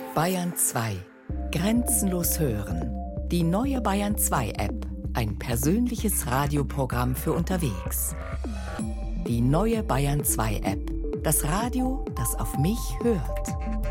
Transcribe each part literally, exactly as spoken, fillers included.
Bayern zwei. Grenzenlos hören. Die neue Bayern zwei App. Ein persönliches Radioprogramm für unterwegs. Die neue Bayern zwei App. Das Radio, das auf mich hört.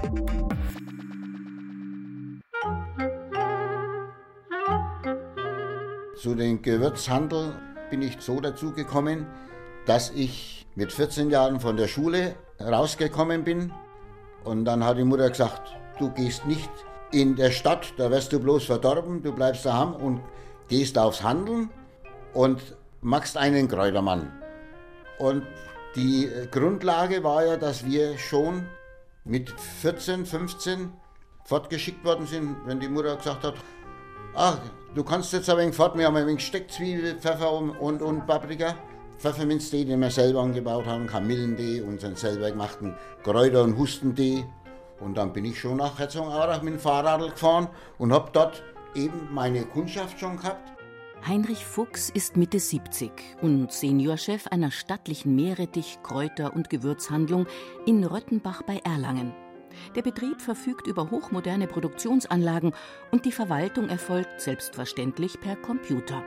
Zu dem Gewürzhandel bin ich so dazu gekommen, dass ich mit vierzehn Jahren von der Schule rausgekommen bin. Und dann hat die Mutter gesagt, du gehst nicht in der Stadt, da wirst du bloß verdorben, du bleibst daheim und gehst aufs Handeln und machst einen Kräutermann. Und die Grundlage war ja, dass wir schon mit vierzehn, fünfzehn fortgeschickt worden sind, wenn die Mutter gesagt hat, ach, du kannst jetzt ein wenig fort, wir haben ein wenig Steckzwiebel, Pfeffer und, und Paprika. Pfefferminztee, den wir selber angebaut haben, Kamillentee, unseren selber gemachten Kräuter- und Hustentee. Und dann bin ich schon nach Herzogenaurach mit dem Fahrrad gefahren und habe dort eben meine Kundschaft schon gehabt. Heinrich Fuchs ist Mitte siebzig und Seniorchef einer stattlichen Meerrettich-, Kräuter- und Gewürzhandlung in Röttenbach bei Erlangen. Der Betrieb verfügt über hochmoderne Produktionsanlagen und die Verwaltung erfolgt selbstverständlich per Computer.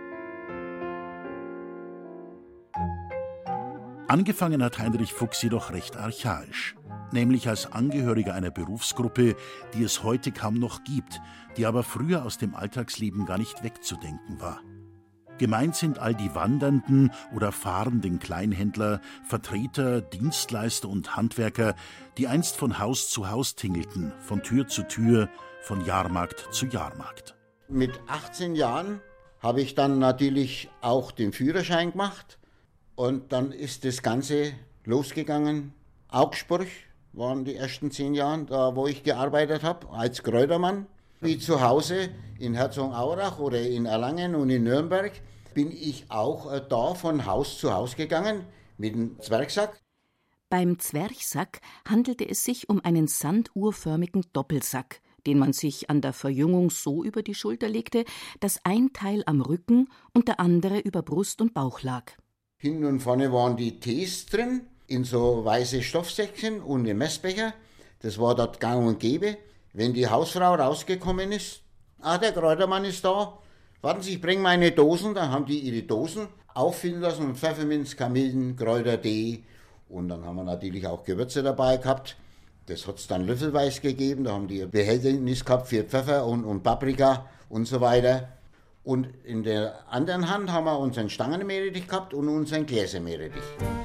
Angefangen hat Heinrich Fuchs jedoch recht archaisch, nämlich als Angehöriger einer Berufsgruppe, die es heute kaum noch gibt, die aber früher aus dem Alltagsleben gar nicht wegzudenken war. Gemeint sind all die wandernden oder fahrenden Kleinhändler, Vertreter, Dienstleister und Handwerker, die einst von Haus zu Haus tingelten, von Tür zu Tür, von Jahrmarkt zu Jahrmarkt. Mit achtzehn Jahren habe ich dann natürlich auch den Führerschein gemacht. Und dann ist das Ganze losgegangen. Augsburg waren die ersten zehn Jahre, da wo ich gearbeitet habe, als Kräutermann. Wie zu Hause in Herzogenaurach oder in Erlangen und in Nürnberg bin ich auch äh, da von Haus zu Haus gegangen mit dem Zwergsack. Beim Zwerchsack handelte es sich um einen sanduhrförmigen Doppelsack, den man sich an der Verjüngung so über die Schulter legte, dass ein Teil am Rücken und der andere über Brust und Bauch lag. Hinten und vorne waren die Tees drin, in so weiße Stoffsäckchen und im Messbecher. Das war dort gang und gäbe. Wenn die Hausfrau rausgekommen ist, ah, der Kräutermann ist da, warten Sie, ich bringe meine Dosen. Dann haben die ihre Dosen auffüllen lassen und Pfefferminz, Kamillen, Kräutertee. Und dann haben wir natürlich auch Gewürze dabei gehabt. Das hat es dann löffelweise gegeben. Da haben die ein Behältnis gehabt für Pfeffer und, und Paprika und so weiter. Und in der anderen Hand haben wir unseren Stangenmeerrettich gehabt und unseren Gläsermeerrettich.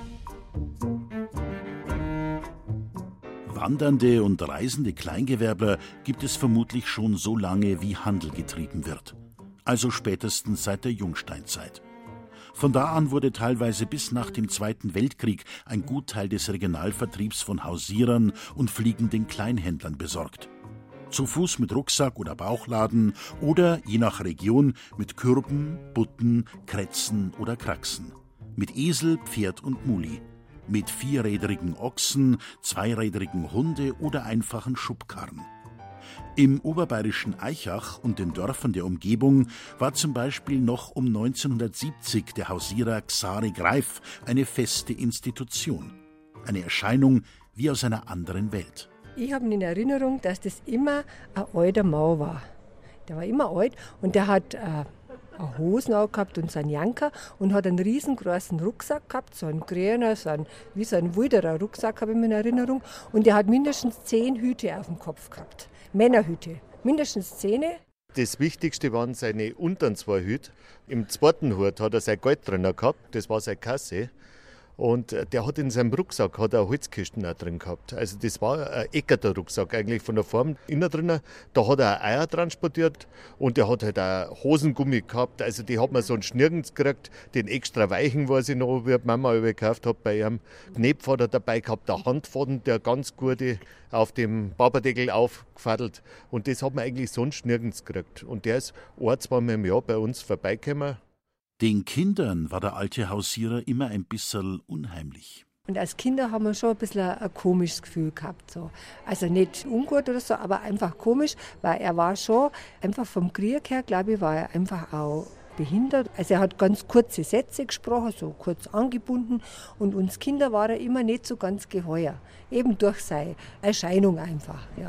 Wandernde und reisende Kleingewerbler gibt es vermutlich schon so lange, wie Handel getrieben wird. Also spätestens seit der Jungsteinzeit. Von da an wurde teilweise bis nach dem Zweiten Weltkrieg ein Gutteil des Regionalvertriebs von Hausierern und fliegenden Kleinhändlern besorgt. Zu Fuß mit Rucksack oder Bauchladen oder, je nach Region, mit Kürben, Butten, Krätzen oder Kraxen. Mit Esel, Pferd und Muli. Mit vierrädrigen Ochsen, zweirädrigen Hunde oder einfachen Schubkarren. Im oberbayerischen Aichach und den Dörfern der Umgebung war zum Beispiel noch um neunzehnhundertsiebzig der Hausierer Xari Greif eine feste Institution. Eine Erscheinung wie aus einer anderen Welt. Ich habe in Erinnerung, dass das immer ein alter Mann war. Der war immer alt und der hat äh, eine Hosen auch gehabt und so einen Janker und hat einen riesengroßen Rucksack gehabt, so einen grüner, so einen, wie so ein wilderer Rucksack habe ich in Erinnerung. Und der hat mindestens zehn Hüte auf dem Kopf gehabt, Männerhüte, mindestens zehn. Das Wichtigste waren seine unteren zwei Hüte. Im zweiten Hut hat er sein Geld drin gehabt, das war seine Kasse. Und der hat in seinem Rucksack hat er Holzkisten auch drin gehabt. Also das war ein eckerter Rucksack eigentlich von der Form innen drin. Da hat er Eier transportiert und der hat halt auch Hosengummi gehabt. Also die hat man sonst nirgends gekriegt. Den extra weichen, weiß ich noch, wie die Mama gekauft hat bei ihm. Knepf hat er dabei gehabt, der Handfaden, der ganz gute, auf dem Baberdeckel aufgefadelt. Und das hat man eigentlich sonst nirgends gekriegt. Und der ist ein, zweimal im Jahr bei uns vorbeigekommen. Den Kindern war der alte Hausierer immer ein bisschen unheimlich. Und als Kinder haben wir schon ein bisschen ein, ein komisches Gefühl gehabt. So. Also nicht ungut oder so, aber einfach komisch, weil er war schon, einfach vom Krieg her, glaube ich, war er einfach auch behindert. Also er hat ganz kurze Sätze gesprochen, so kurz angebunden. Und uns Kinder war er immer nicht so ganz geheuer. Eben durch seine Erscheinung einfach, ja.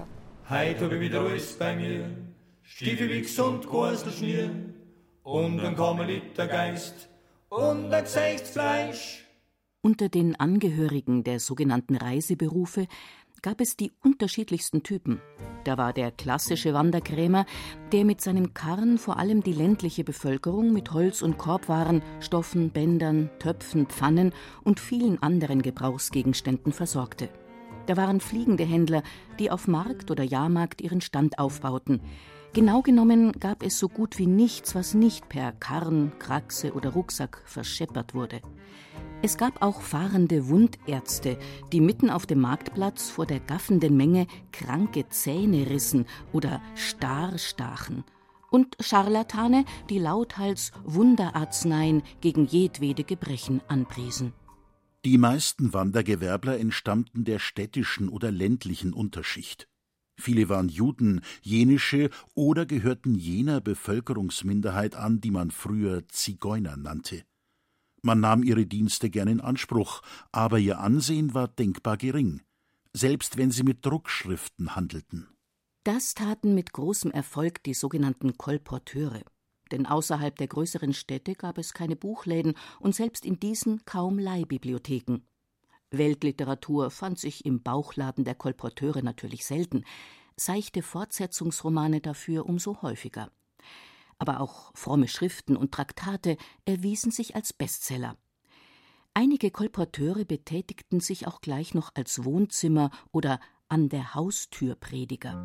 Heut hab ich wieder alles bei mir, Stiefel wie gesund, Gorselschnür und ein Karmeliter Geist und ein Gesichtsfleisch. Unter den Angehörigen der sogenannten Reiseberufe gab es die unterschiedlichsten Typen. Da war der klassische Wanderkrämer, der mit seinem Karren vor allem die ländliche Bevölkerung mit Holz- und Korbwaren, Stoffen, Bändern, Töpfen, Pfannen und vielen anderen Gebrauchsgegenständen versorgte. Da waren fliegende Händler, die auf Markt oder Jahrmarkt ihren Stand aufbauten. Genau genommen gab es so gut wie nichts, was nicht per Karren, Kraxe oder Rucksack verscheppert wurde. Es gab auch fahrende Wundärzte, die mitten auf dem Marktplatz vor der gaffenden Menge kranke Zähne rissen oder starr stachen. Und Scharlatane, die lauthals Wunderarzneien gegen jedwede Gebrechen anpriesen. Die meisten Wandergewerbler entstammten der städtischen oder ländlichen Unterschicht. Viele waren Juden, jenische oder gehörten jener Bevölkerungsminderheit an, die man früher Zigeuner nannte. Man nahm ihre Dienste gern in Anspruch, aber ihr Ansehen war denkbar gering, selbst wenn sie mit Druckschriften handelten. Das taten mit großem Erfolg die sogenannten Kolporteure. Denn außerhalb der größeren Städte gab es keine Buchläden und selbst in diesen kaum Leihbibliotheken. Weltliteratur fand sich im Bauchladen der Kolporteure natürlich selten, seichte Fortsetzungsromane dafür umso häufiger. Aber auch fromme Schriften und Traktate erwiesen sich als Bestseller. Einige Kolporteure betätigten sich auch gleich noch als Wohnzimmer- oder an der Haustür-Prediger.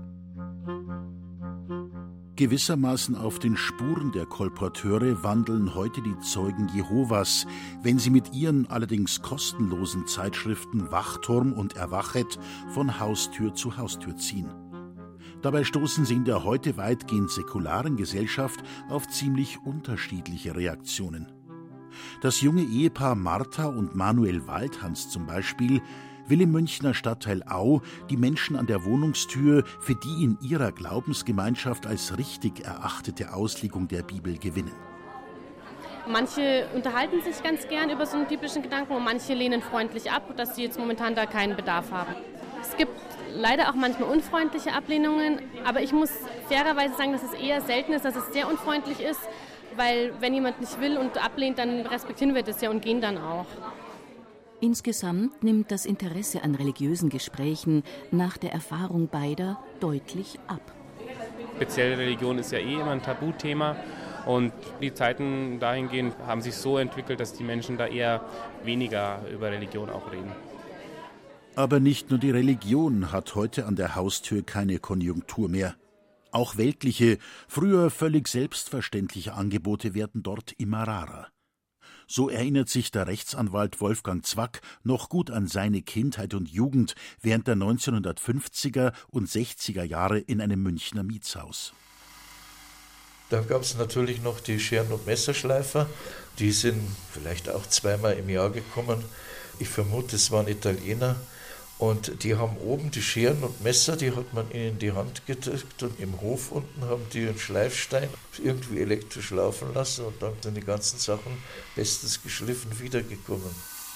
Gewissermaßen auf den Spuren der Kolporteure wandeln heute die Zeugen Jehovas, wenn sie mit ihren allerdings kostenlosen Zeitschriften Wachturm und Erwachet von Haustür zu Haustür ziehen. Dabei stoßen sie in der heute weitgehend säkularen Gesellschaft auf ziemlich unterschiedliche Reaktionen. Das junge Ehepaar Martha und Manuel Waldhans zum Beispiel will im Münchner Stadtteil Au die Menschen an der Wohnungstür für die in ihrer Glaubensgemeinschaft als richtig erachtete Auslegung der Bibel gewinnen. Manche unterhalten sich ganz gern über so einen biblischen Gedanken und manche lehnen freundlich ab, dass sie jetzt momentan da keinen Bedarf haben. Es gibt leider auch manchmal unfreundliche Ablehnungen, aber ich muss fairerweise sagen, dass es eher selten ist, dass es sehr unfreundlich ist, weil wenn jemand nicht will und ablehnt, dann respektieren wir das ja und gehen dann auch. Insgesamt nimmt das Interesse an religiösen Gesprächen nach der Erfahrung beider deutlich ab. Spezielle Religion ist ja eh immer ein Tabuthema und die Zeiten dahingehend haben sich so entwickelt, dass die Menschen da eher weniger über Religion auch reden. Aber nicht nur die Religion hat heute an der Haustür keine Konjunktur mehr. Auch weltliche, früher völlig selbstverständliche Angebote werden dort immer rarer. So erinnert sich der Rechtsanwalt Wolfgang Zwack noch gut an seine Kindheit und Jugend während der neunzehnhundertfünfziger und sechziger Jahre in einem Münchner Mietshaus. Da gab es natürlich noch die Scheren- und Messerschleifer. Die sind vielleicht auch zweimal im Jahr gekommen. Ich vermute, es waren Italiener. Und die haben oben die Scheren und Messer, die hat man ihnen in die Hand gedrückt und im Hof unten haben die einen Schleifstein irgendwie elektrisch laufen lassen und dann sind die ganzen Sachen bestens geschliffen wiedergekommen.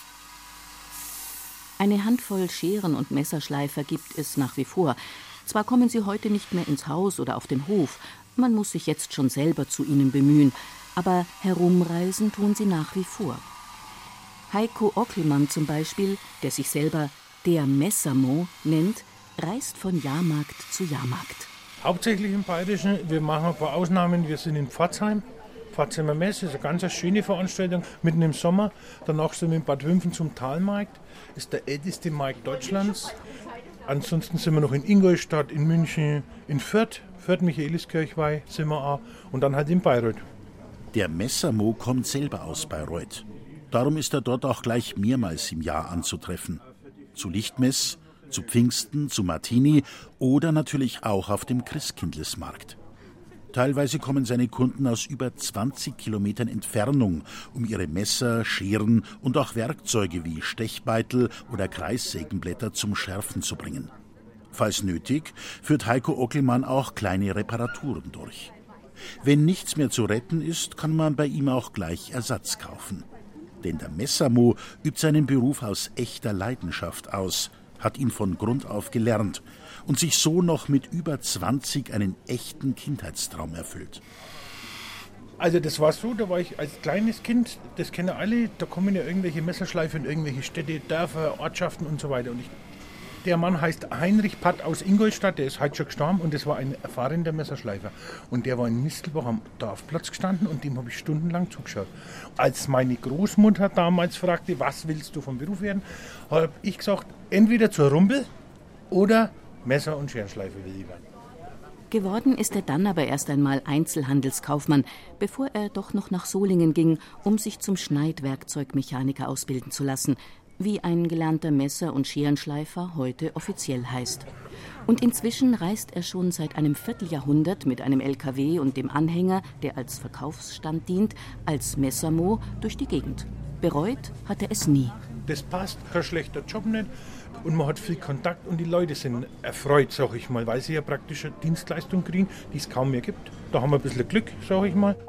Eine Handvoll Scheren- und Messerschleifer gibt es nach wie vor. Zwar kommen sie heute nicht mehr ins Haus oder auf den Hof, man muss sich jetzt schon selber zu ihnen bemühen, aber herumreisen tun sie nach wie vor. Heiko Ockelmann zum Beispiel, der sich selber der Messermo nennt, reist von Jahrmarkt zu Jahrmarkt. Hauptsächlich im Bayerischen. Wir machen ein paar Ausnahmen. Wir sind in Pforzheim. Pforzheimer Messe ist eine ganz schöne Veranstaltung, mitten im Sommer. Danach sind wir in Bad Wimpfen zum Talmarkt. Ist der älteste Markt Deutschlands. Ansonsten sind wir noch in Ingolstadt, in München, in Fürth. Fürth, Michaeliskirchweih sind wir auch. Und dann halt in Bayreuth. Der Messermo kommt selber aus Bayreuth. Darum ist er dort auch gleich mehrmals im Jahr anzutreffen. Zu Lichtmess, zu Pfingsten, zu Martini oder natürlich auch auf dem Christkindlesmarkt. Teilweise kommen seine Kunden aus über zwanzig Kilometern Entfernung, um ihre Messer, Scheren und auch Werkzeuge wie Stechbeitel oder Kreissägenblätter zum Schärfen zu bringen. Falls nötig, führt Heiko Ockelmann auch kleine Reparaturen durch. Wenn nichts mehr zu retten ist, kann man bei ihm auch gleich Ersatz kaufen. Denn der Messermo übt seinen Beruf aus echter Leidenschaft aus, hat ihn von Grund auf gelernt und sich so noch mit über zwanzig einen echten Kindheitstraum erfüllt. Also das war so, da war ich als kleines Kind, das kennen alle, da kommen ja irgendwelche Messerschleifen in irgendwelche Städte, Dörfer, Ortschaften und so weiter. Und ich, der Mann heißt Heinrich Patt aus Ingolstadt, der ist heute schon gestorben und das war ein erfahrener Messerschleifer. Und der war in Mistelbach am Dorfplatz gestanden und dem habe ich stundenlang zugeschaut. Als meine Großmutter damals fragte, was willst du vom Beruf werden, habe ich gesagt, entweder zur Rumpel oder Messer- und Scherenschleifer will ich werden. Geworden ist er dann aber erst einmal Einzelhandelskaufmann, bevor er doch noch nach Solingen ging, um sich zum Schneidwerkzeugmechaniker ausbilden zu lassen, wie ein gelernter Messer- und Scherenschleifer heute offiziell heißt. Und inzwischen reist er schon seit einem Vierteljahrhundert mit einem L K W und dem Anhänger, der als Verkaufsstand dient, als Messermo durch die Gegend. Bereut hat er es nie. Das passt, kein schlechter Job nicht. Und man hat viel Kontakt und die Leute sind erfreut, sag ich mal, weil sie ja praktisch eine Dienstleistung kriegen, die es kaum mehr gibt. Da haben wir ein bisschen Glück, sag ich mal.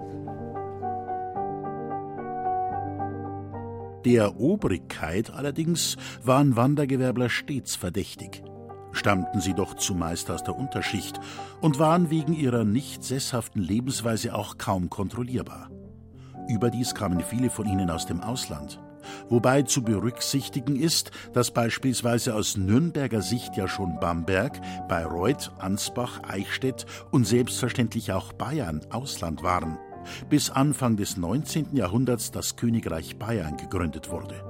Der Obrigkeit allerdings waren Wandergewerbler stets verdächtig. Stammten sie doch zumeist aus der Unterschicht und waren wegen ihrer nicht sesshaften Lebensweise auch kaum kontrollierbar. Überdies kamen viele von ihnen aus dem Ausland. Wobei zu berücksichtigen ist, dass beispielsweise aus Nürnberger Sicht ja schon Bamberg, Bayreuth, Ansbach, Eichstätt und selbstverständlich auch Bayern Ausland waren, bis Anfang des neunzehnten Jahrhunderts das Königreich Bayern gegründet wurde.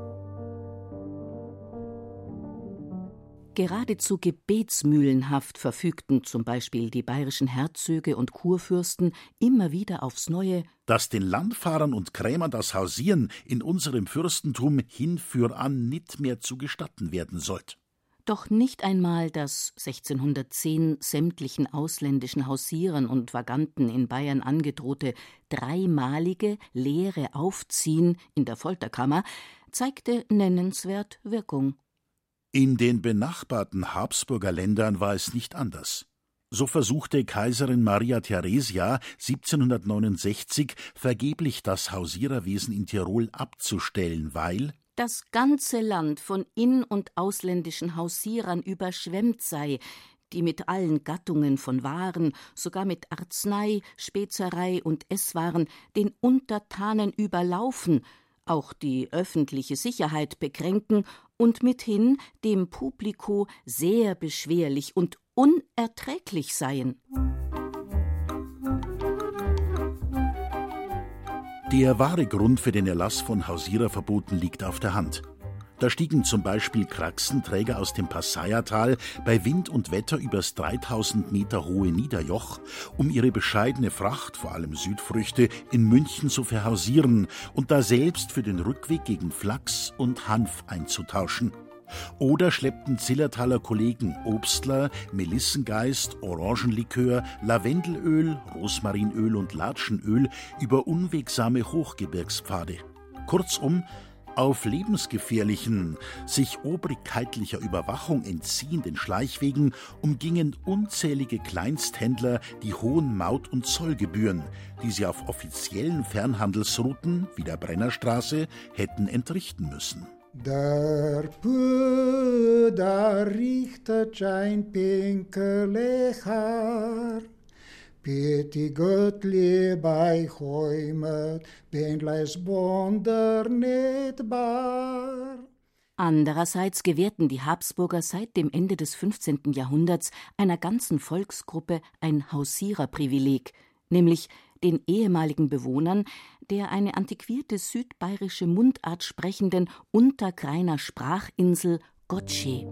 Geradezu gebetsmühlenhaft verfügten zum Beispiel die bayerischen Herzöge und Kurfürsten immer wieder aufs Neue, dass den Landfahrern und Krämern das Hausieren in unserem Fürstentum hinfüran nicht mehr zu gestatten werden sollt. Doch nicht einmal das sechzehnhundertzehn sämtlichen ausländischen Hausierern und Vaganten in Bayern angedrohte dreimalige leere Aufziehen in der Folterkammer zeigte nennenswert Wirkung. In den benachbarten Habsburger Ländern war es nicht anders. So versuchte Kaiserin Maria Theresia siebzehnhundertneunundsechzig vergeblich das Hausiererwesen in Tirol abzustellen, weil das ganze Land von in- und ausländischen Hausierern überschwemmt sei, die mit allen Gattungen von Waren, sogar mit Arznei, Spezerei und Esswaren den Untertanen überlaufen, auch die öffentliche Sicherheit bekränken und mithin dem Publiko sehr beschwerlich und unerträglich seien. Der wahre Grund für den Erlass von Hausiererverboten liegt auf der Hand. Da stiegen zum Beispiel Kraxenträger aus dem Passaiertal bei Wind und Wetter übers dreitausend Meter hohe Niederjoch, um ihre bescheidene Fracht, vor allem Südfrüchte, in München zu verhausieren und da selbst für den Rückweg gegen Flachs und Hanf einzutauschen. Oder schleppten Zillertaler Kollegen Obstler, Melissengeist, Orangenlikör, Lavendelöl, Rosmarinöl und Latschenöl über unwegsame Hochgebirgspfade. Kurzum, auf lebensgefährlichen, sich obrigkeitlicher Überwachung entziehenden Schleichwegen umgingen unzählige Kleinsthändler die hohen Maut- und Zollgebühren, die sie auf offiziellen Fernhandelsrouten wie der Brennerstraße hätten entrichten müssen. Der Pö, da richtet ein pinkelig Haar, Pieti Göttli bei Heumet, Benleis Bonder nicht bar. Andererseits gewährten die Habsburger seit dem Ende des fünfzehnten Jahrhunderts einer ganzen Volksgruppe ein Hausiererprivileg, nämlich den ehemaligen Bewohnern der eine antiquierte südbayerische Mundart sprechenden Unterkrainer Sprachinsel Gotschee.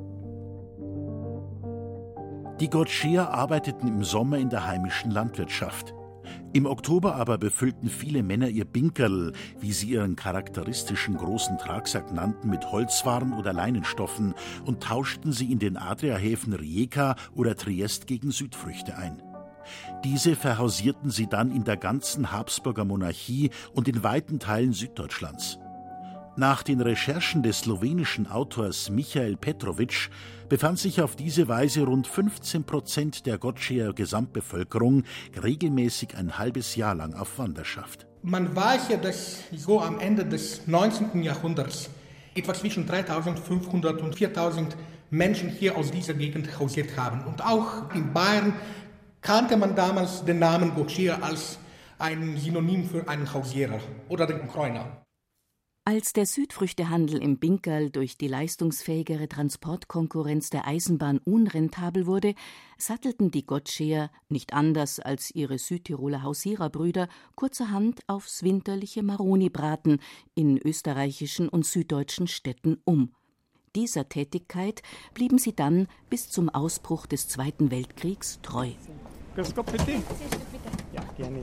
Die Gottscheer arbeiteten im Sommer in der heimischen Landwirtschaft. Im Oktober aber befüllten viele Männer ihr Binkerl, wie sie ihren charakteristischen großen Tragsack nannten, mit Holzwaren oder Leinenstoffen und tauschten sie in den Adriahäfen Rijeka oder Triest gegen Südfrüchte ein. Diese verhausierten sie dann in der ganzen Habsburger Monarchie und in weiten Teilen Süddeutschlands. Nach den Recherchen des slowenischen Autors Michael Petrovic befand sich auf diese Weise rund fünfzehn Prozent der Gottscheer Gesamtbevölkerung regelmäßig ein halbes Jahr lang auf Wanderschaft. Man weiß ja, dass so am Ende des neunzehnten Jahrhunderts etwa zwischen dreitausendfünfhundert und viertausend Menschen hier aus dieser Gegend hausiert haben. Und auch in Bayern kannte man damals den Namen Gottscheer als ein Synonym für einen Hausierer oder den Kräuner. Als der Südfrüchtehandel im Binkerl durch die leistungsfähigere Transportkonkurrenz der Eisenbahn unrentabel wurde, sattelten die Gottscheer, nicht anders als ihre Südtiroler Hausiererbrüder, kurzerhand aufs winterliche Maronibraten in österreichischen und süddeutschen Städten um. Dieser Tätigkeit blieben sie dann bis zum Ausbruch des Zweiten Weltkriegs treu. Grüß Gott, bitte. Ja, gerne.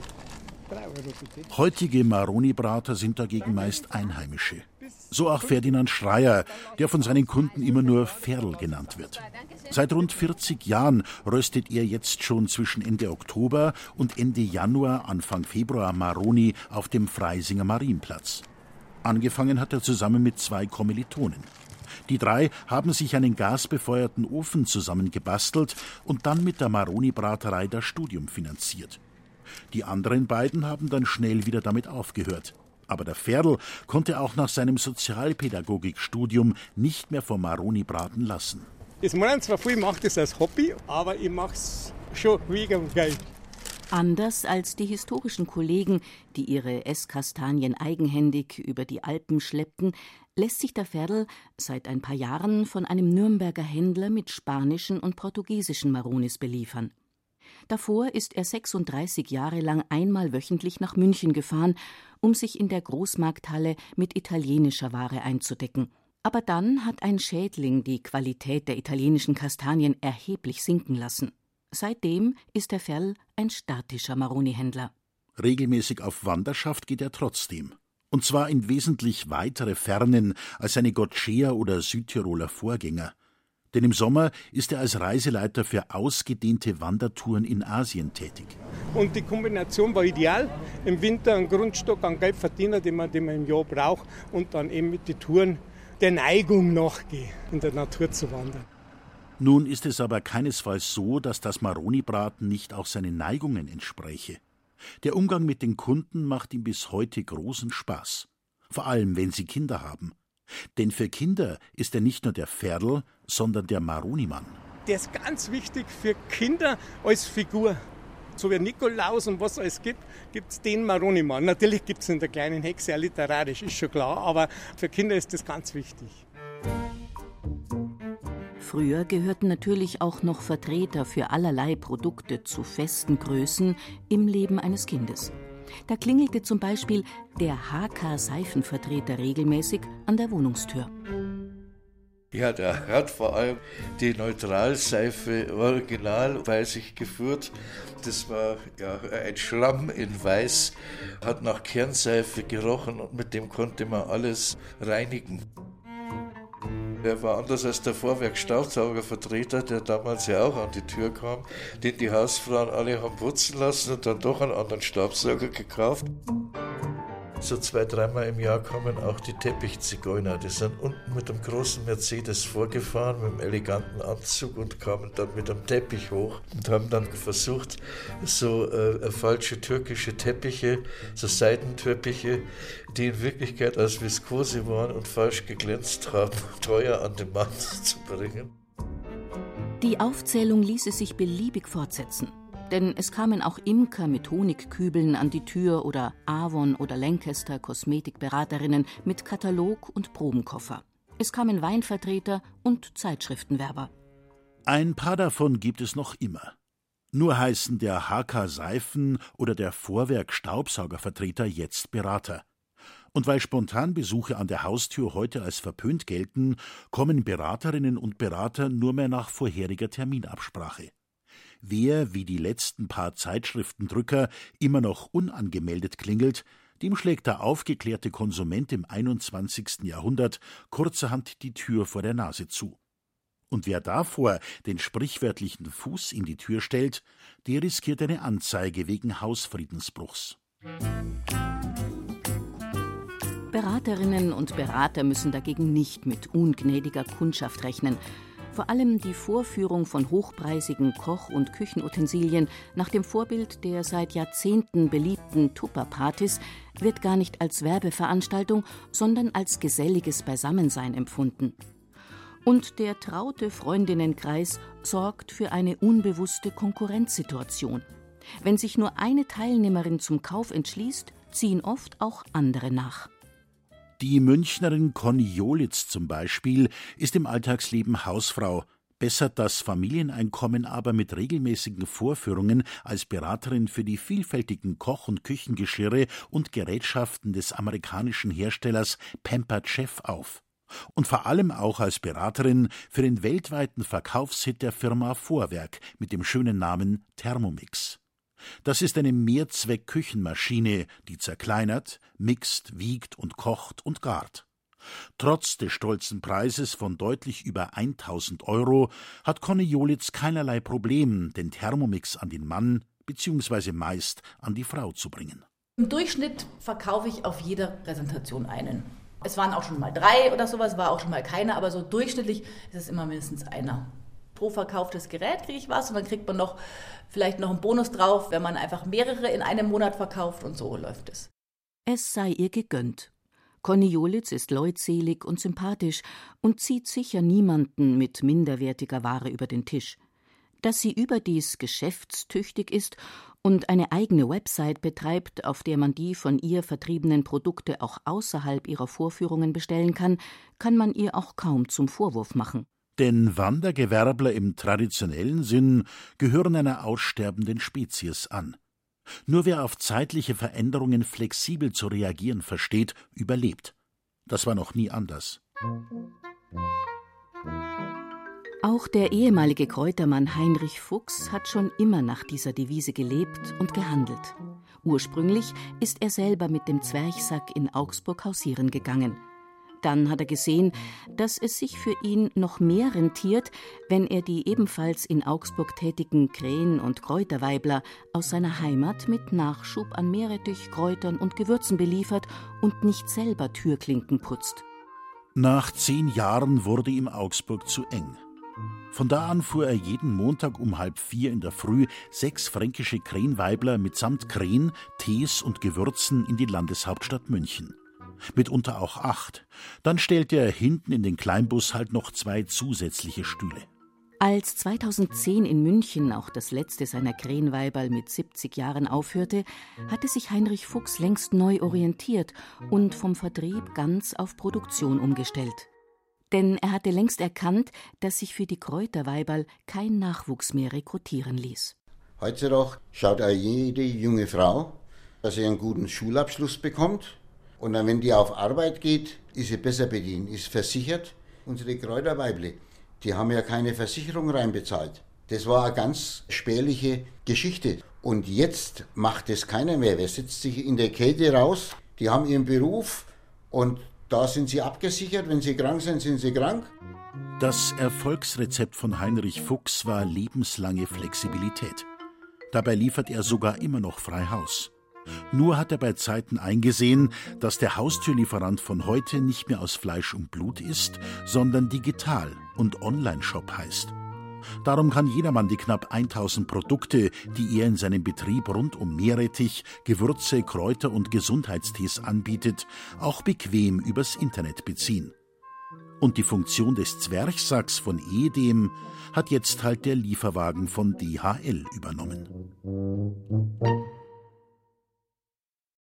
Heutige Maroni-Brater sind dagegen meist Einheimische. So auch Ferdinand Schreier, der von seinen Kunden immer nur Ferl genannt wird. Seit rund vierzig Jahren röstet er jetzt schon zwischen Ende Oktober und Ende Januar, Anfang Februar Maroni auf dem Freisinger Marienplatz. Angefangen hat er zusammen mit zwei Kommilitonen. Die drei haben sich einen gasbefeuerten Ofen zusammengebastelt und dann mit der Maroni-Braterei das Studium finanziert. Die anderen beiden haben dann schnell wieder damit aufgehört. Aber der Ferl konnte auch nach seinem Sozialpädagogikstudium nicht mehr vom Maroni braten lassen. Das meinen zwar viel, ich mache das als Hobby, aber ich mache es schon wegen Geld. Anders als die historischen Kollegen, die ihre Esskastanien eigenhändig über die Alpen schleppten, lässt sich der Ferl seit ein paar Jahren von einem Nürnberger Händler mit spanischen und portugiesischen Maronis beliefern. Davor ist er sechsunddreißig Jahre lang einmal wöchentlich nach München gefahren, um sich in der Großmarkthalle mit italienischer Ware einzudecken. Aber dann hat ein Schädling die Qualität der italienischen Kastanien erheblich sinken lassen. Seitdem ist der Ferl ein statischer Maroni-Händler. Regelmäßig auf Wanderschaft geht er trotzdem. Und zwar in wesentlich weitere Fernen als seine Gottscheer oder Südtiroler Vorgänger. Denn im Sommer ist er als Reiseleiter für ausgedehnte Wandertouren in Asien tätig. Und die Kombination war ideal. Im Winter ein Grundstock an Geldverdiener, den man, den man im Jahr braucht, und dann eben mit den Touren der Neigung nachgehen, in der Natur zu wandern. Nun ist es aber keinesfalls so, dass das Maroni-Braten nicht auch seinen Neigungen entspräche. Der Umgang mit den Kunden macht ihm bis heute großen Spaß. Vor allem, wenn sie Kinder haben. Denn für Kinder ist er nicht nur der Ferl, sondern der Maroni-Mann. Der ist ganz wichtig für Kinder als Figur. So wie Nikolaus und was es alles gibt, gibt es den Maroni-Mann. Natürlich gibt es in der kleinen Hexe auch literarisch, ist schon klar, aber für Kinder ist das ganz wichtig. Früher gehörten natürlich auch noch Vertreter für allerlei Produkte zu festen Größen im Leben eines Kindes. Da klingelte zum Beispiel der H K-Seifenvertreter regelmäßig an der Wohnungstür. Ja, der hat vor allem die Neutralseife original bei sich geführt. Das war ja ein Schlamm in Weiß, hat nach Kernseife gerochen und mit dem konnte man alles reinigen. Er war anders als der Vorwerk-Staubsaugervertreter, der damals ja auch an die Tür kam, den die Hausfrauen alle haben putzen lassen und dann doch einen anderen Staubsauger gekauft. So zwei, dreimal im Jahr kommen auch die Teppichzigeuner. Die sind unten mit einem großen Mercedes vorgefahren, mit einem eleganten Anzug und kamen dann mit einem Teppich hoch und haben dann versucht, so äh, falsche türkische Teppiche, so Seidenteppiche, die in Wirklichkeit aus Viskose waren und falsch geglänzt haben, teuer an den Mann zu bringen. Die Aufzählung ließe sich beliebig fortsetzen. Denn es kamen auch Imker mit Honigkübeln an die Tür oder Avon oder Lancaster Kosmetikberaterinnen mit Katalog und Probenkoffer. Es kamen Weinvertreter und Zeitschriftenwerber. Ein paar davon gibt es noch immer. Nur heißen der H K-Seifen oder der Vorwerk-Staubsaugervertreter jetzt Berater. Und weil Spontanbesuche an der Haustür heute als verpönt gelten, kommen Beraterinnen und Berater nur mehr nach vorheriger Terminabsprache. Wer, wie die letzten paar Zeitschriftendrücker, immer noch unangemeldet klingelt, dem schlägt der aufgeklärte Konsument im einundzwanzigsten Jahrhundert kurzerhand die Tür vor der Nase zu. Und wer davor den sprichwörtlichen Fuß in die Tür stellt, der riskiert eine Anzeige wegen Hausfriedensbruchs. Beraterinnen und Berater müssen dagegen nicht mit ungnädiger Kundschaft rechnen. Vor allem die Vorführung von hochpreisigen Koch- und Küchenutensilien nach dem Vorbild der seit Jahrzehnten beliebten Tupperpartys wird gar nicht als Werbeveranstaltung, sondern als geselliges Beisammensein empfunden. Und der traute Freundinnenkreis sorgt für eine unbewusste Konkurrenzsituation. Wenn sich nur eine Teilnehmerin zum Kauf entschließt, ziehen oft auch andere nach. Die Münchnerin Conny Jolitz zum Beispiel ist im Alltagsleben Hausfrau, bessert das Familieneinkommen aber mit regelmäßigen Vorführungen als Beraterin für die vielfältigen Koch- und Küchengeschirre und Gerätschaften des amerikanischen Herstellers Pampered Chef auf. Und vor allem auch als Beraterin für den weltweiten Verkaufshit der Firma Vorwerk mit dem schönen Namen Thermomix. Das ist eine Mehrzweck-Küchenmaschine, die zerkleinert, mixt, wiegt und kocht und gart. Trotz des stolzen Preises von deutlich über tausend Euro hat Conny Jolitz keinerlei Problem, den Thermomix an den Mann bzw. meist an die Frau zu bringen. Im Durchschnitt verkaufe ich auf jeder Präsentation einen. Es waren auch schon mal drei oder sowas, war auch schon mal keiner, aber so durchschnittlich ist es immer mindestens einer. Pro verkauftes Gerät kriege ich was und dann kriegt man noch vielleicht noch einen Bonus drauf, wenn man einfach mehrere in einem Monat verkauft und so läuft es. Es sei ihr gegönnt. Conny Jolitz ist leutselig und sympathisch und zieht sicher niemanden mit minderwertiger Ware über den Tisch. Dass sie überdies geschäftstüchtig ist und eine eigene Website betreibt, auf der man die von ihr vertriebenen Produkte auch außerhalb ihrer Vorführungen bestellen kann, kann man ihr auch kaum zum Vorwurf machen. Denn Wandergewerbler im traditionellen Sinn gehören einer aussterbenden Spezies an. Nur wer auf zeitliche Veränderungen flexibel zu reagieren versteht, überlebt. Das war noch nie anders. Auch der ehemalige Kräutermann Heinrich Fuchs hat schon immer nach dieser Devise gelebt und gehandelt. Ursprünglich ist er selber mit dem Zwerchsack in Augsburg hausieren gegangen. Dann hat er gesehen, dass es sich für ihn noch mehr rentiert, wenn er die ebenfalls in Augsburg tätigen Krähen- und Kräuterweibler aus seiner Heimat mit Nachschub an Meerrettich, Kräutern und Gewürzen beliefert und nicht selber Türklinken putzt. Nach zehn Jahren wurde ihm Augsburg zu eng. Von da an fuhr er jeden Montag um halb vier in der Früh sechs fränkische Krähenweibler mitsamt Krähen, Tees und Gewürzen in die Landeshauptstadt München. Mitunter auch acht. Dann stellte er hinten in den Kleinbus halt noch zwei zusätzliche Stühle. Als zweitausendzehn in München auch das letzte seiner Krähenweiberl mit siebzig Jahren aufhörte, hatte sich Heinrich Fuchs längst neu orientiert und vom Vertrieb ganz auf Produktion umgestellt. Denn er hatte längst erkannt, dass sich für die Kräuterweiberl kein Nachwuchs mehr rekrutieren ließ. Heutzutage schaut auch jede junge Frau, dass sie einen guten Schulabschluss bekommt. Und dann, wenn die auf Arbeit geht, ist sie besser bedient, ist versichert. Unsere Kräuterweible, die haben ja keine Versicherung reinbezahlt. Das war eine ganz spärliche Geschichte. Und jetzt macht es keiner mehr. Wer setzt sich in der Kälte raus? Die haben ihren Beruf und da sind sie abgesichert. Wenn sie krank sind, sind sie krank. Das Erfolgsrezept von Heinrich Fuchs war lebenslange Flexibilität. Dabei liefert er sogar immer noch frei Haus. Nur hat er bei Zeiten eingesehen, dass der Haustürlieferant von heute nicht mehr aus Fleisch und Blut ist, sondern digital und Online-Shop heißt. Darum kann jedermann die knapp tausend Produkte, die er in seinem Betrieb rund um Meerrettich, Gewürze, Kräuter und Gesundheitstees anbietet, auch bequem übers Internet beziehen. Und die Funktion des Zwerchsacks von ehedem hat jetzt halt der Lieferwagen von D H L übernommen.